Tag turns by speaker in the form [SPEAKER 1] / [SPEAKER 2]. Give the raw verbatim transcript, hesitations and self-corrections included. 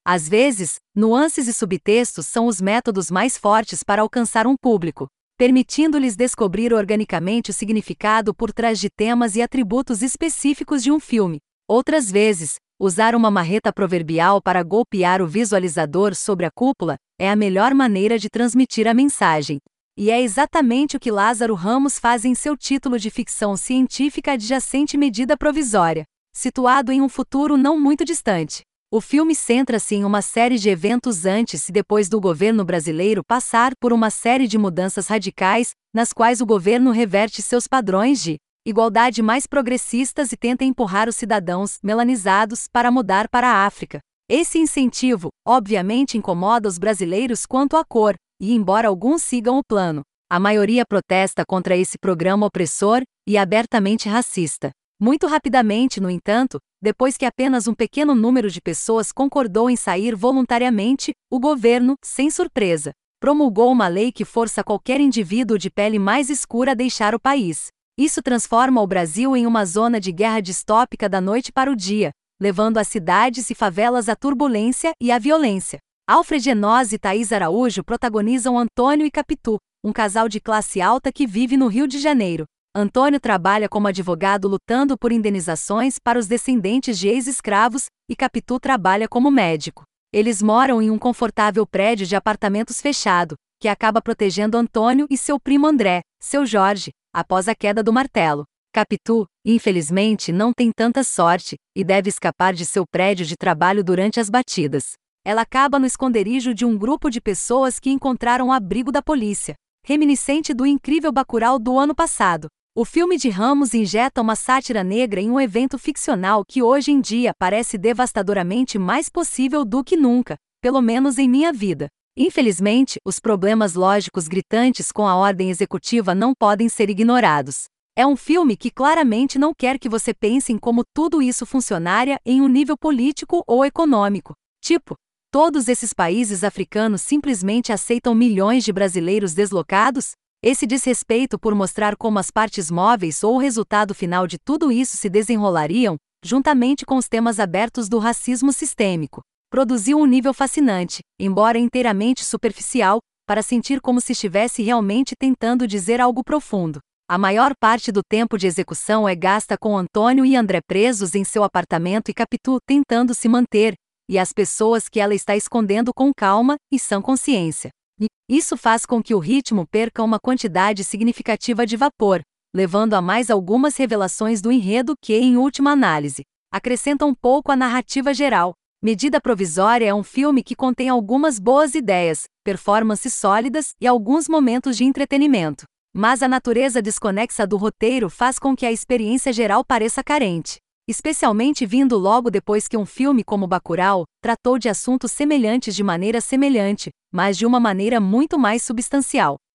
[SPEAKER 1] Às vezes, nuances e subtextos são os métodos mais fortes para alcançar um público, permitindo-lhes descobrir organicamente o significado por trás de temas e atributos específicos de um filme. Outras vezes, usar uma marreta proverbial para golpear o visualizador sobre a cúpula é a melhor maneira de transmitir a mensagem. E é exatamente o que Lázaro Ramos faz em seu título de ficção científica adjacente Medida Provisória, situado em um futuro não muito distante. O filme centra-se em uma série de eventos antes e depois do governo brasileiro passar por uma série de mudanças radicais, nas quais o governo reverte seus padrões de igualdade mais progressistas e tenta empurrar os cidadãos melanizados para mudar para a África. Esse incentivo, obviamente, incomoda os brasileiros quanto à cor, e embora alguns sigam o plano, a maioria protesta contra esse programa opressor e abertamente racista. Muito rapidamente, no entanto, depois que apenas um pequeno número de pessoas concordou em sair voluntariamente, o governo, sem surpresa, promulgou uma lei que força qualquer indivíduo de pele mais escura a deixar o país. Isso transforma o Brasil em uma zona de guerra distópica da noite para o dia, levando as cidades e favelas à turbulência e à violência. Alfred Enoz e Thaís Araújo protagonizam Antônio e Capitu, um casal de classe alta que vive no Rio de Janeiro. Antônio trabalha como advogado lutando por indenizações para os descendentes de ex-escravos, e Capitu trabalha como médico. Eles moram em um confortável prédio de apartamentos fechado, que acaba protegendo Antônio e seu primo André, seu Jorge, após a queda do martelo. Capitu, infelizmente, não tem tanta sorte, e deve escapar de seu prédio de trabalho durante as batidas. Ela acaba no esconderijo de um grupo de pessoas que encontraram abrigo da polícia, reminiscente do incrível Bacurau do ano passado. O filme de Ramos injeta uma sátira negra em um evento ficcional que hoje em dia parece devastadoramente mais possível do que nunca, pelo menos em minha vida. Infelizmente, os problemas lógicos gritantes com a ordem executiva não podem ser ignorados. É um filme que claramente não quer que você pense em como tudo isso funcionaria em um nível político ou econômico. Tipo, todos esses países africanos simplesmente aceitam milhões de brasileiros deslocados? Esse desrespeito por mostrar como as partes móveis ou o resultado final de tudo isso se desenrolariam, juntamente com os temas abertos do racismo sistêmico, produziu um nível fascinante, embora inteiramente superficial, para sentir como se estivesse realmente tentando dizer algo profundo. A maior parte do tempo de execução é gasta com Antônio e André presos em seu apartamento e Capitu tentando se manter, e as pessoas que ela está escondendo com calma e sã consciência. E isso faz com que o ritmo perca uma quantidade significativa de vapor, levando a mais algumas revelações do enredo que, em última análise, acrescentam um pouco à narrativa geral. Medida Provisória é um filme que contém algumas boas ideias, performances sólidas e alguns momentos de entretenimento. Mas a natureza desconexa do roteiro faz com que a experiência geral pareça carente. Especialmente vindo logo depois que um filme como Bacurau tratou de assuntos semelhantes de maneira semelhante, mas de uma maneira muito mais substancial.